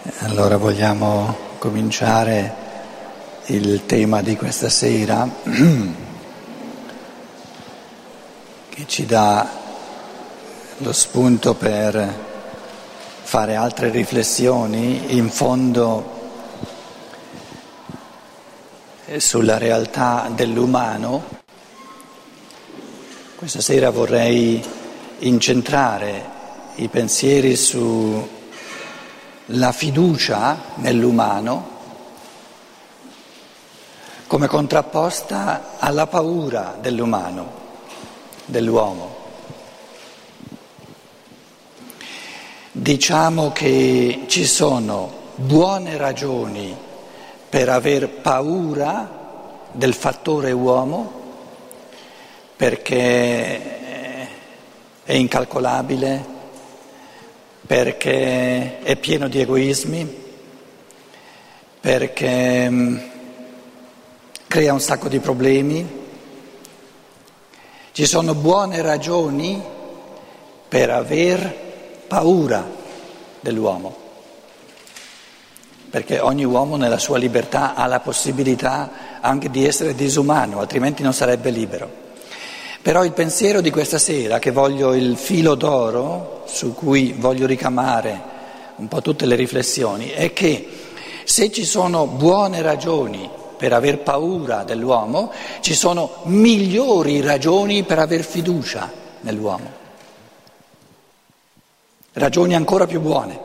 Allora vogliamo cominciare il tema di questa sera che ci dà lo spunto per fare altre riflessioni in fondo sulla realtà dell'umano. Questa sera vorrei incentrare i pensieri sulla fiducia nell'umano come contrapposta alla paura dell'umano, dell'uomo. Diciamo che ci sono buone ragioni per aver paura del fattore uomo, perché è incalcolabile, perché è pieno di egoismi, perché crea un sacco di problemi. Ci sono buone ragioni per aver paura dell'uomo, perché ogni uomo nella sua libertà ha la possibilità anche di essere disumano, altrimenti non sarebbe libero. Però il pensiero di questa sera, che voglio il filo d'oro su cui voglio ricamare un po' tutte le riflessioni, è che se ci sono buone ragioni per aver paura dell'uomo, ci sono migliori ragioni per aver fiducia nell'uomo. Ragioni ancora più buone.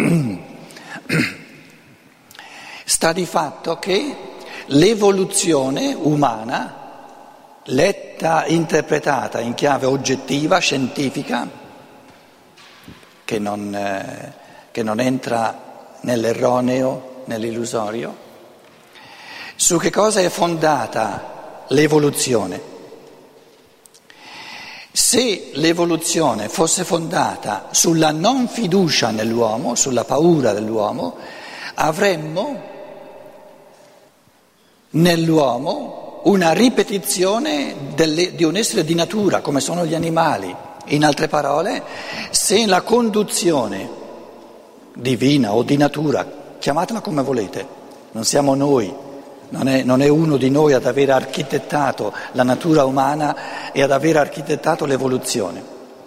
Sta di fatto che l'evoluzione umana, letta, interpretata in chiave oggettiva, scientifica, che non entra nell'erroneo, nell'illusorio, su che cosa è fondata l'evoluzione? Se l'evoluzione fosse fondata sulla non fiducia nell'uomo, sulla paura dell'uomo, avremmo nell'uomo una ripetizione di un essere di natura, come sono gli animali. In altre parole, se la conduzione divina o di natura, chiamatela come volete, non siamo noi, non è uno di noi ad aver architettato la natura umana e ad aver architettato l'evoluzione.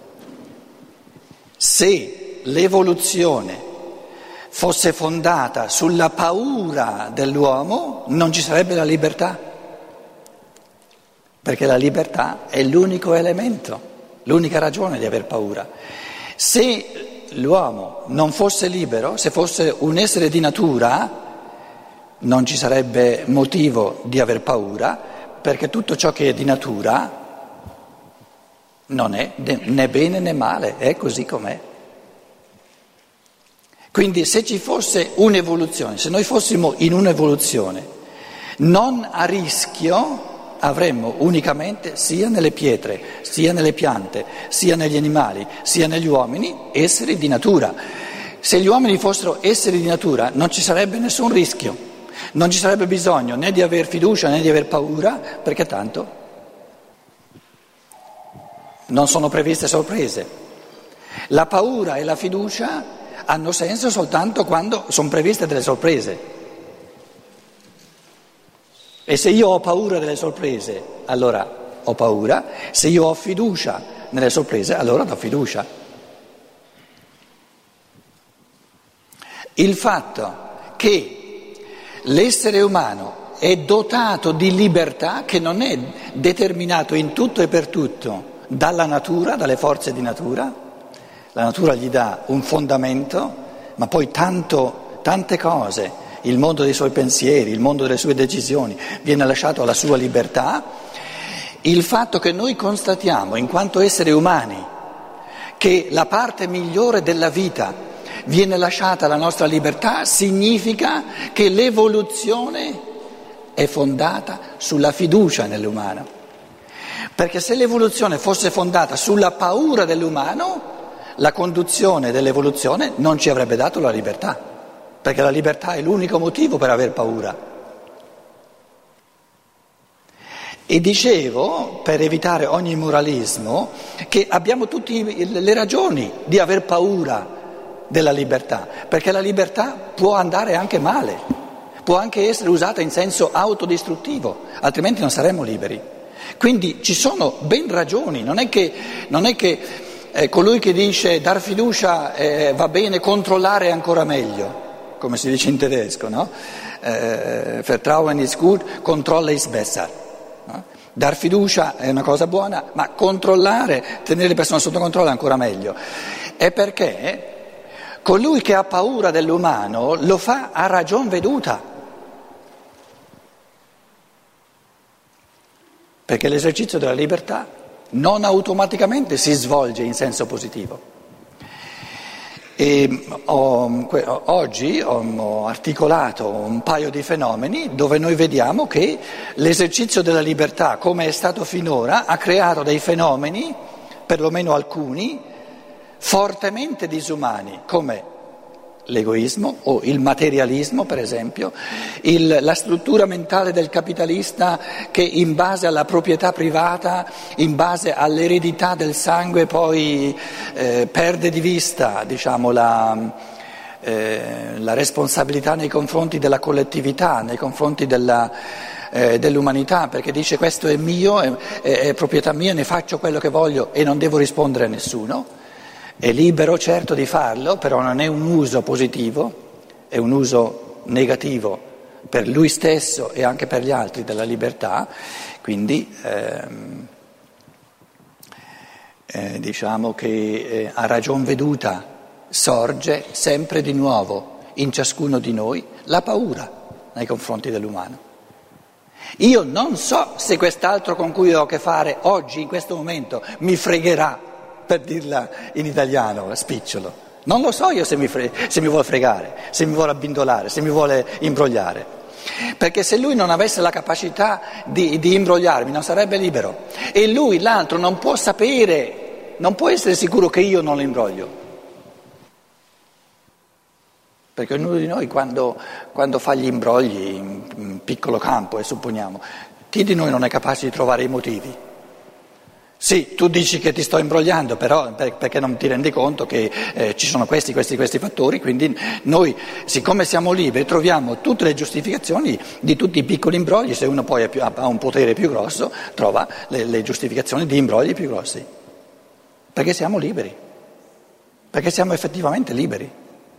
Se l'evoluzione fosse fondata sulla paura dell'uomo, non ci sarebbe la libertà. Perché la libertà è l'unico elemento, l'unica ragione di aver paura. Se l'uomo non fosse libero, se fosse un essere di natura, non ci sarebbe motivo di aver paura, perché tutto ciò che è di natura non è né bene né male, è così com'è. Quindi se ci fosse un'evoluzione, se noi fossimo in un'evoluzione non a rischio, avremmo unicamente, sia nelle pietre, sia nelle piante, sia negli animali, sia negli uomini, esseri di natura. Se gli uomini fossero esseri di natura non ci sarebbe nessun rischio, non ci sarebbe bisogno né di aver fiducia né di aver paura, perché tanto non sono previste sorprese. La paura e la fiducia hanno senso soltanto quando sono previste delle sorprese. E se io ho paura delle sorprese, allora ho paura. Se io ho fiducia nelle sorprese, allora do fiducia. Il fatto che l'essere umano è dotato di libertà, che non è determinato in tutto e per tutto dalla natura, dalle forze di natura, la natura gli dà un fondamento, ma poi tante cose, il mondo dei suoi pensieri, il mondo delle sue decisioni, viene lasciato alla sua libertà. Il fatto che noi constatiamo, in quanto esseri umani, che la parte migliore della vita viene lasciata alla nostra libertà, significa che l'evoluzione è fondata sulla fiducia nell'umano. Perché se l'evoluzione fosse fondata sulla paura dell'umano, la conduzione dell'evoluzione non ci avrebbe dato la libertà. Perché la libertà è l'unico motivo per aver paura. E dicevo, per evitare ogni moralismo, che abbiamo tutte le ragioni di aver paura della libertà, perché la libertà può andare anche male, può anche essere usata in senso autodistruttivo, altrimenti non saremmo liberi. Quindi ci sono ben ragioni, non è che colui che dice dar fiducia va bene, controllare è ancora meglio, come si dice in tedesco, no? Vertrauen ist gut, Kontrolle ist besser. No? Dar fiducia è una cosa buona, ma controllare, tenere le persone sotto controllo è ancora meglio. È perché colui che ha paura dell'umano lo fa a ragion veduta, perché l'esercizio della libertà non automaticamente si svolge in senso positivo. E oggi ho articolato un paio di fenomeni dove noi vediamo che l'esercizio della libertà, come è stato finora, ha creato dei fenomeni, perlomeno alcuni, fortemente disumani, come l'egoismo o il materialismo, per esempio, la struttura mentale del capitalista che in base alla proprietà privata, in base all'eredità del sangue poi perde di vista, diciamo, la responsabilità nei confronti della collettività, nei confronti dell'umanità, perché dice questo è mio, è proprietà mia, ne faccio quello che voglio e non devo rispondere a nessuno. È libero certo di farlo, però non è un uso positivo, è un uso negativo per lui stesso e anche per gli altri della libertà, quindi diciamo che a ragion veduta sorge sempre di nuovo in ciascuno di noi la paura nei confronti dell'umano. Io non so se quest'altro con cui ho a che fare oggi, in questo momento, mi fregherà, per dirla in italiano, spicciolo. Non lo so io se mi vuole fregare, se mi vuole abbindolare, se mi vuole imbrogliare. Perché se lui non avesse la capacità di imbrogliarmi non sarebbe libero. E lui, l'altro, non può sapere, non può essere sicuro che io non lo imbroglio. Perché ognuno di noi quando fa gli imbrogli in piccolo campo, supponiamo, chi di noi non è capace di trovare i motivi? Sì, tu dici che ti sto imbrogliando, però perché non ti rendi conto che ci sono questi fattori, quindi noi, siccome siamo liberi, troviamo tutte le giustificazioni di tutti i piccoli imbrogli. Se uno poi ha un potere più grosso, trova le giustificazioni di imbrogli più grossi, perché siamo liberi, perché siamo effettivamente liberi.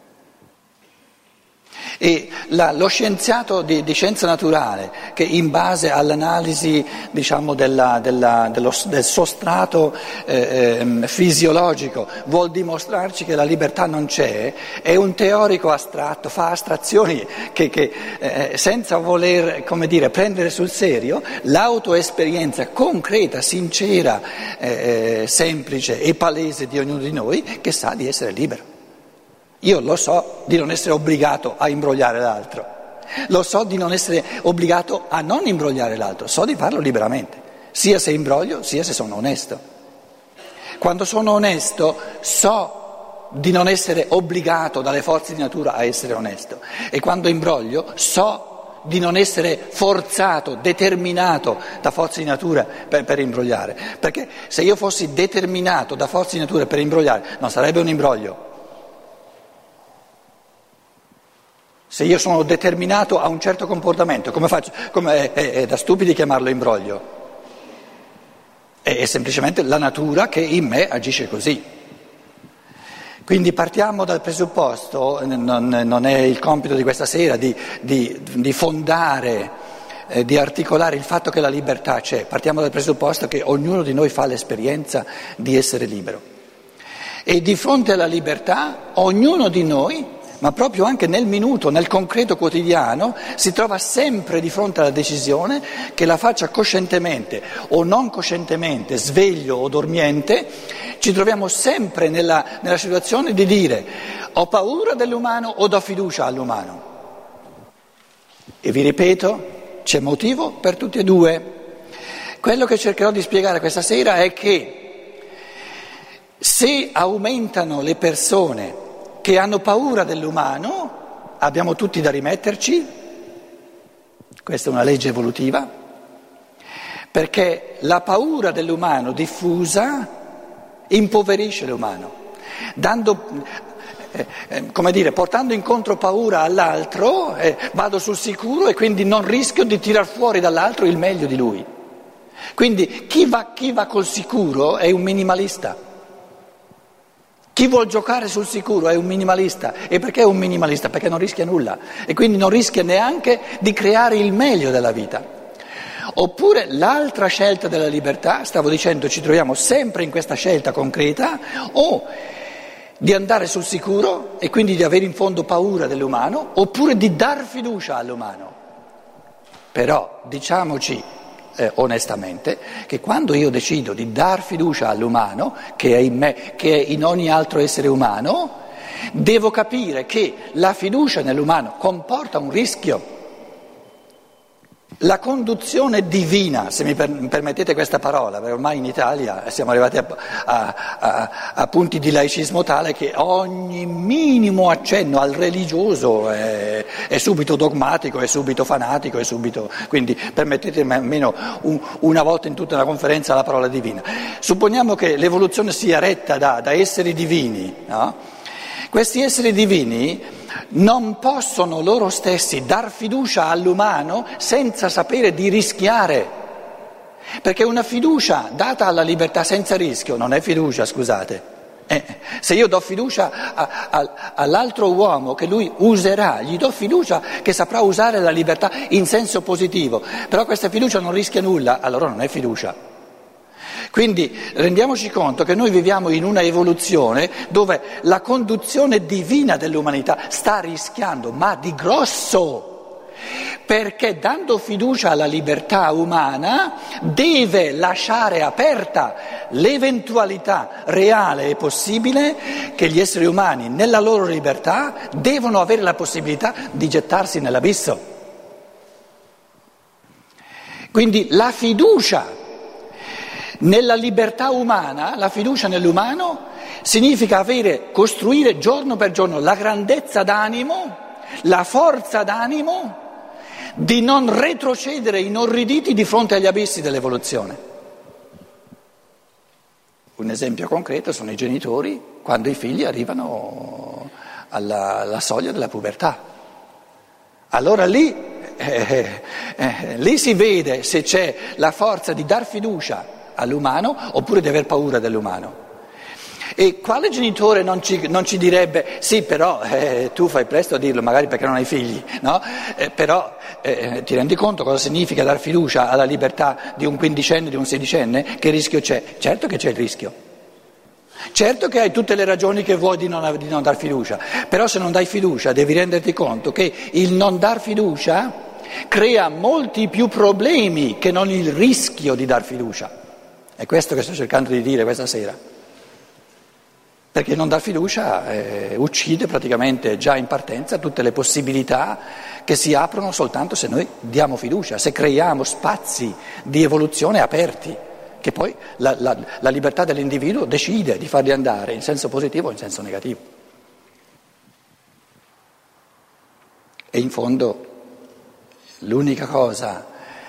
E lo scienziato di scienza naturale, che in base all'analisi, diciamo, del sostrato fisiologico vuol dimostrarci che la libertà non c'è, è un teorico astratto, fa astrazioni che senza voler, come dire, prendere sul serio l'autoesperienza concreta, sincera, semplice e palese di ognuno di noi che sa di essere libero. Io lo so di non essere obbligato a imbrogliare l'altro, lo so di non essere obbligato a non imbrogliare l'altro, so di farlo liberamente, sia se imbroglio sia se sono onesto. Quando sono onesto so di non essere obbligato dalle forze di natura a essere onesto, e quando imbroglio so di non essere forzato, determinato da forze di natura per imbrogliare, perché se io fossi determinato da forze di natura per imbrogliare non sarebbe un imbroglio. Se io sono determinato a un certo comportamento, come faccio? È da stupidi chiamarlo imbroglio. È semplicemente la natura che in me agisce così. Quindi partiamo dal presupposto, non è il compito di questa sera di fondare, di articolare il fatto che la libertà c'è. Partiamo dal presupposto che ognuno di noi fa l'esperienza di essere libero. E di fronte alla libertà, ognuno di noi, ma proprio anche nel minuto, nel concreto quotidiano, si trova sempre di fronte alla decisione, che la faccia coscientemente o non coscientemente, sveglio o dormiente, ci troviamo sempre nella situazione di dire: ho paura dell'umano o do fiducia all'umano. E vi ripeto, c'è motivo per tutti e due. Quello che cercherò di spiegare questa sera è che se aumentano le persone che hanno paura dell'umano, abbiamo tutti da rimetterci, questa è una legge evolutiva, perché la paura dell'umano diffusa impoverisce l'umano. portando incontro paura all'altro, vado sul sicuro e quindi non rischio di tirar fuori dall'altro il meglio di lui. Quindi chi va col sicuro è un minimalista. Chi vuol giocare sul sicuro è un minimalista. E perché è un minimalista? Perché non rischia nulla e quindi non rischia neanche di creare il meglio della vita. Oppure l'altra scelta della libertà, stavo dicendo, ci troviamo sempre in questa scelta concreta, o di andare sul sicuro e quindi di avere in fondo paura dell'umano, oppure di dar fiducia all'umano. Però diciamoci onestamente che quando io decido di dar fiducia all'umano, che è in me, che è in ogni altro essere umano, devo capire che la fiducia nell'umano comporta un rischio. La conduzione divina, se mi permettete questa parola, perché ormai in Italia siamo arrivati a punti di laicismo tale che ogni minimo accenno al religioso è subito dogmatico, è subito fanatico, quindi permettetemi almeno una volta in tutta una conferenza la parola divina. Supponiamo che l'evoluzione sia retta da esseri divini, no? Questi esseri divini non possono loro stessi dar fiducia all'umano senza sapere di rischiare, perché una fiducia data alla libertà senza rischio non è fiducia, scusate. Se io do fiducia all'altro uomo che lui userà, gli do fiducia che saprà usare la libertà in senso positivo, però questa fiducia non rischia nulla, allora non è fiducia. Quindi rendiamoci conto che noi viviamo in una evoluzione dove la conduzione divina dell'umanità sta rischiando, ma di grosso, perché dando fiducia alla libertà umana deve lasciare aperta l'eventualità reale e possibile che gli esseri umani nella loro libertà devono avere la possibilità di gettarsi nell'abisso. Quindi la fiducia nella libertà umana, la fiducia nell'umano, significa costruire giorno per giorno la grandezza d'animo, la forza d'animo di non retrocedere inorriditi di fronte agli abissi dell'evoluzione. Un esempio concreto sono i genitori quando i figli arrivano alla soglia della pubertà. Allora lì si vede se c'è la forza di dar fiducia all'umano oppure di aver paura dell'umano. E quale genitore non ci direbbe sì, però tu fai presto a dirlo, magari perché non hai figli, no? Però ti rendi conto cosa significa dar fiducia alla libertà di un quindicenne, di un sedicenne? Che rischio c'è? Certo che c'è il rischio, certo che hai tutte le ragioni che vuoi di non dar fiducia, però se non dai fiducia devi renderti conto che il non dar fiducia crea molti più problemi che non il rischio di dar fiducia. È questo che sto cercando di dire questa sera, perché non dar fiducia uccide praticamente già in partenza tutte le possibilità che si aprono soltanto se noi diamo fiducia, se creiamo spazi di evoluzione aperti, che poi la libertà dell'individuo decide di farli andare in senso positivo o in senso negativo. E in fondo l'unica cosa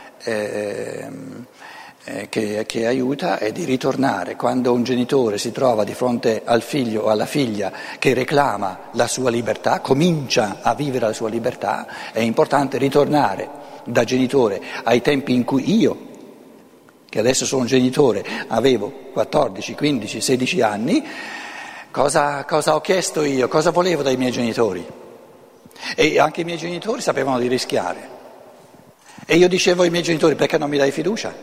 che aiuta è di ritornare quando un genitore si trova di fronte al figlio o alla figlia che reclama la sua libertà, comincia a vivere la sua libertà, è importante ritornare da genitore ai tempi in cui io, che adesso sono genitore, avevo 14, 15, 16 anni, cosa ho chiesto io, cosa volevo dai miei genitori? E anche i miei genitori sapevano di rischiare. E io dicevo ai miei genitori: perché non mi dai fiducia?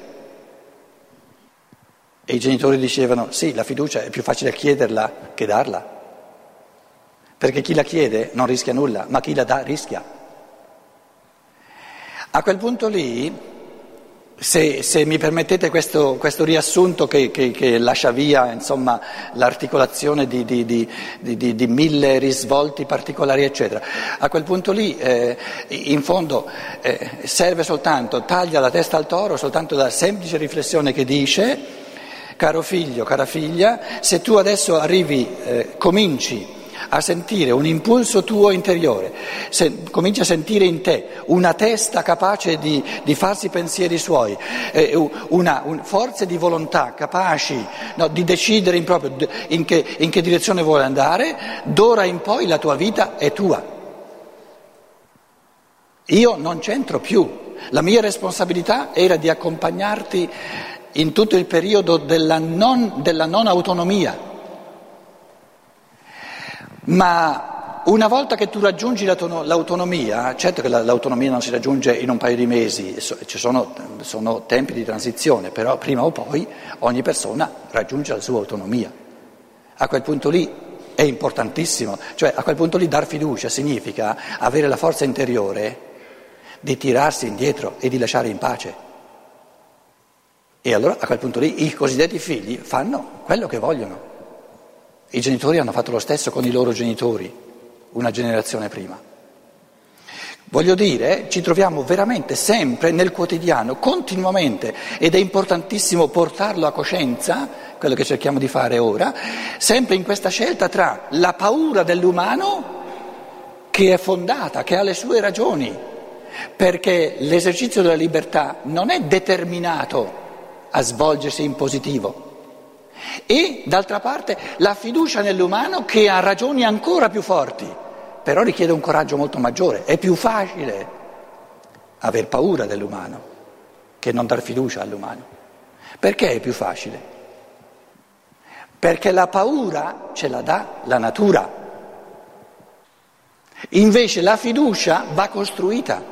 E i genitori dicevano: sì, la fiducia è più facile chiederla che darla, perché chi la chiede non rischia nulla, ma chi la dà rischia. A quel punto lì, se mi permettete questo riassunto che lascia via insomma l'articolazione di mille risvolti particolari eccetera, a quel punto lì in fondo serve soltanto, taglia la testa al toro soltanto la semplice riflessione che dice: caro figlio, cara figlia, se tu adesso cominci a sentire un impulso tuo interiore, cominci a sentire in te una testa capace di farsi pensieri suoi, forze di volontà capaci, no, di decidere in proprio in che direzione vuole andare, d'ora in poi la tua vita è tua. Io non c'entro più, la mia responsabilità era di accompagnarti in tutto il periodo della non autonomia, ma una volta che tu raggiungi l'autonomia, certo che l'autonomia non si raggiunge in un paio di mesi, ci sono tempi di transizione, però prima o poi ogni persona raggiunge la sua autonomia. A quel punto lì è importantissimo, cioè a quel punto lì dar fiducia significa avere la forza interiore di tirarsi indietro e di lasciare in pace. E allora a quel punto lì i cosiddetti figli fanno quello che vogliono. I genitori hanno fatto lo stesso con i loro genitori una generazione prima. Voglio dire, ci troviamo veramente sempre nel quotidiano, continuamente, ed è importantissimo portarlo a coscienza, quello che cerchiamo di fare ora, sempre in questa scelta tra la paura dell'umano, che è fondata, che ha le sue ragioni, perché l'esercizio della libertà non è determinato a svolgersi in positivo, e d'altra parte la fiducia nell'umano che ha ragioni ancora più forti, però richiede un coraggio molto maggiore. È più facile aver paura dell'umano che non dar fiducia all'umano. Perché è più facile? Perché la paura ce la dà la natura, invece la fiducia va costruita.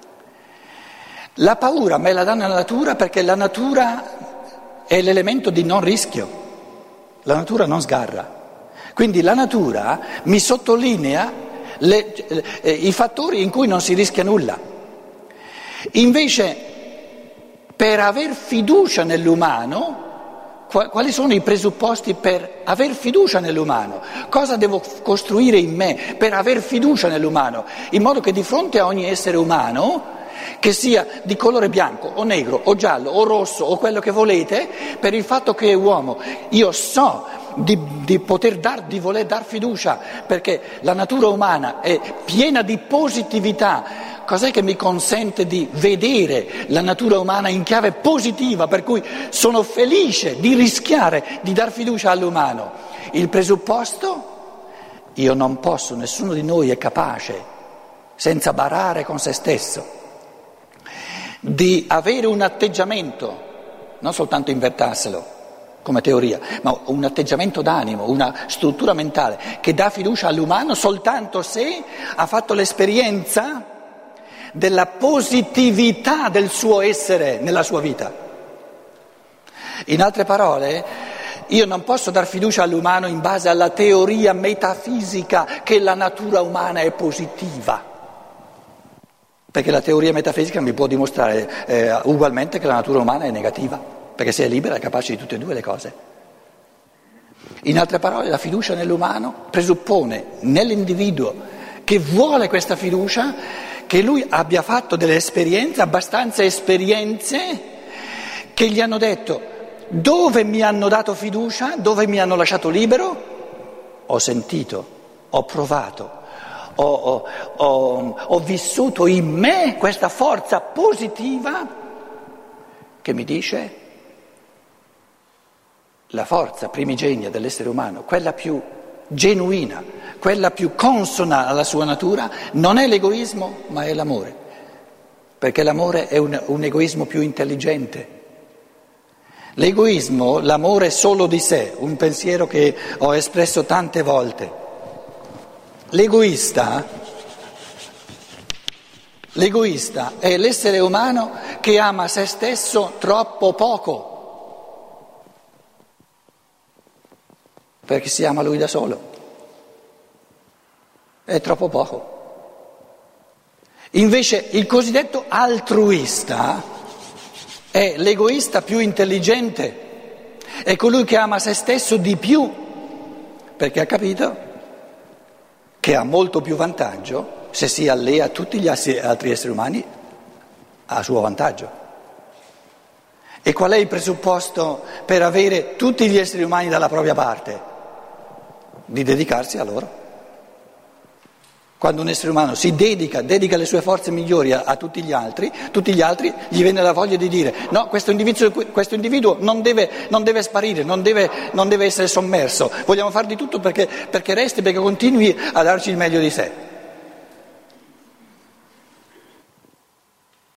La paura me la dà la natura perché la natura è l'elemento di non rischio, la natura non sgarra, quindi la natura mi sottolinea i fattori in cui non si rischia nulla. Invece per aver fiducia nell'umano, quali sono i presupposti per aver fiducia nell'umano? Cosa devo costruire in me per aver fiducia nell'umano? In modo che di fronte a ogni essere umano, che sia di colore bianco o negro o giallo o rosso o quello che volete, per il fatto che è uomo, io so di voler dar fiducia, perché la natura umana è piena di positività. Cos'è che mi consente di vedere la natura umana in chiave positiva, per cui sono felice di rischiare di dar fiducia all'umano? Il presupposto? Io non posso, nessuno di noi è capace, senza barare con se stesso, di avere un atteggiamento, non soltanto invertarselo come teoria, ma un atteggiamento d'animo, una struttura mentale che dà fiducia all'umano soltanto se ha fatto l'esperienza della positività del suo essere nella sua vita. In altre parole, io non posso dar fiducia all'umano in base alla teoria metafisica che la natura umana è positiva, perché la teoria metafisica mi può dimostrare ugualmente che la natura umana è negativa, perché se è libera è capace di tutte e due le cose. In altre parole, la fiducia nell'umano presuppone nell'individuo che vuole questa fiducia che lui abbia fatto delle esperienze, abbastanza esperienze, che gli hanno detto: dove mi hanno dato fiducia, dove mi hanno lasciato libero, ho sentito, ho provato, ho vissuto in me questa forza positiva che mi dice: la forza primigenia dell'essere umano, quella più genuina, quella più consona alla sua natura, non è l'egoismo ma è l'amore, perché l'amore è un egoismo più intelligente. L'egoismo, l'amore solo di sé, un pensiero che ho espresso tante volte. L'egoista è l'essere umano che ama se stesso troppo poco, perché si ama lui da solo, è troppo poco. Invece il cosiddetto altruista è l'egoista più intelligente, è colui che ama se stesso di più, perché ha capito che ha molto più vantaggio se si allea a tutti gli altri esseri umani a suo vantaggio. E qual è il presupposto per avere tutti gli esseri umani dalla propria parte? Di dedicarsi a loro. Quando un essere umano si dedica le sue forze migliori a tutti gli altri gli viene la voglia di dire no, questo individuo non deve sparire, non deve essere sommerso, vogliamo fare di tutto perché resti, perché continui a darci il meglio di sé.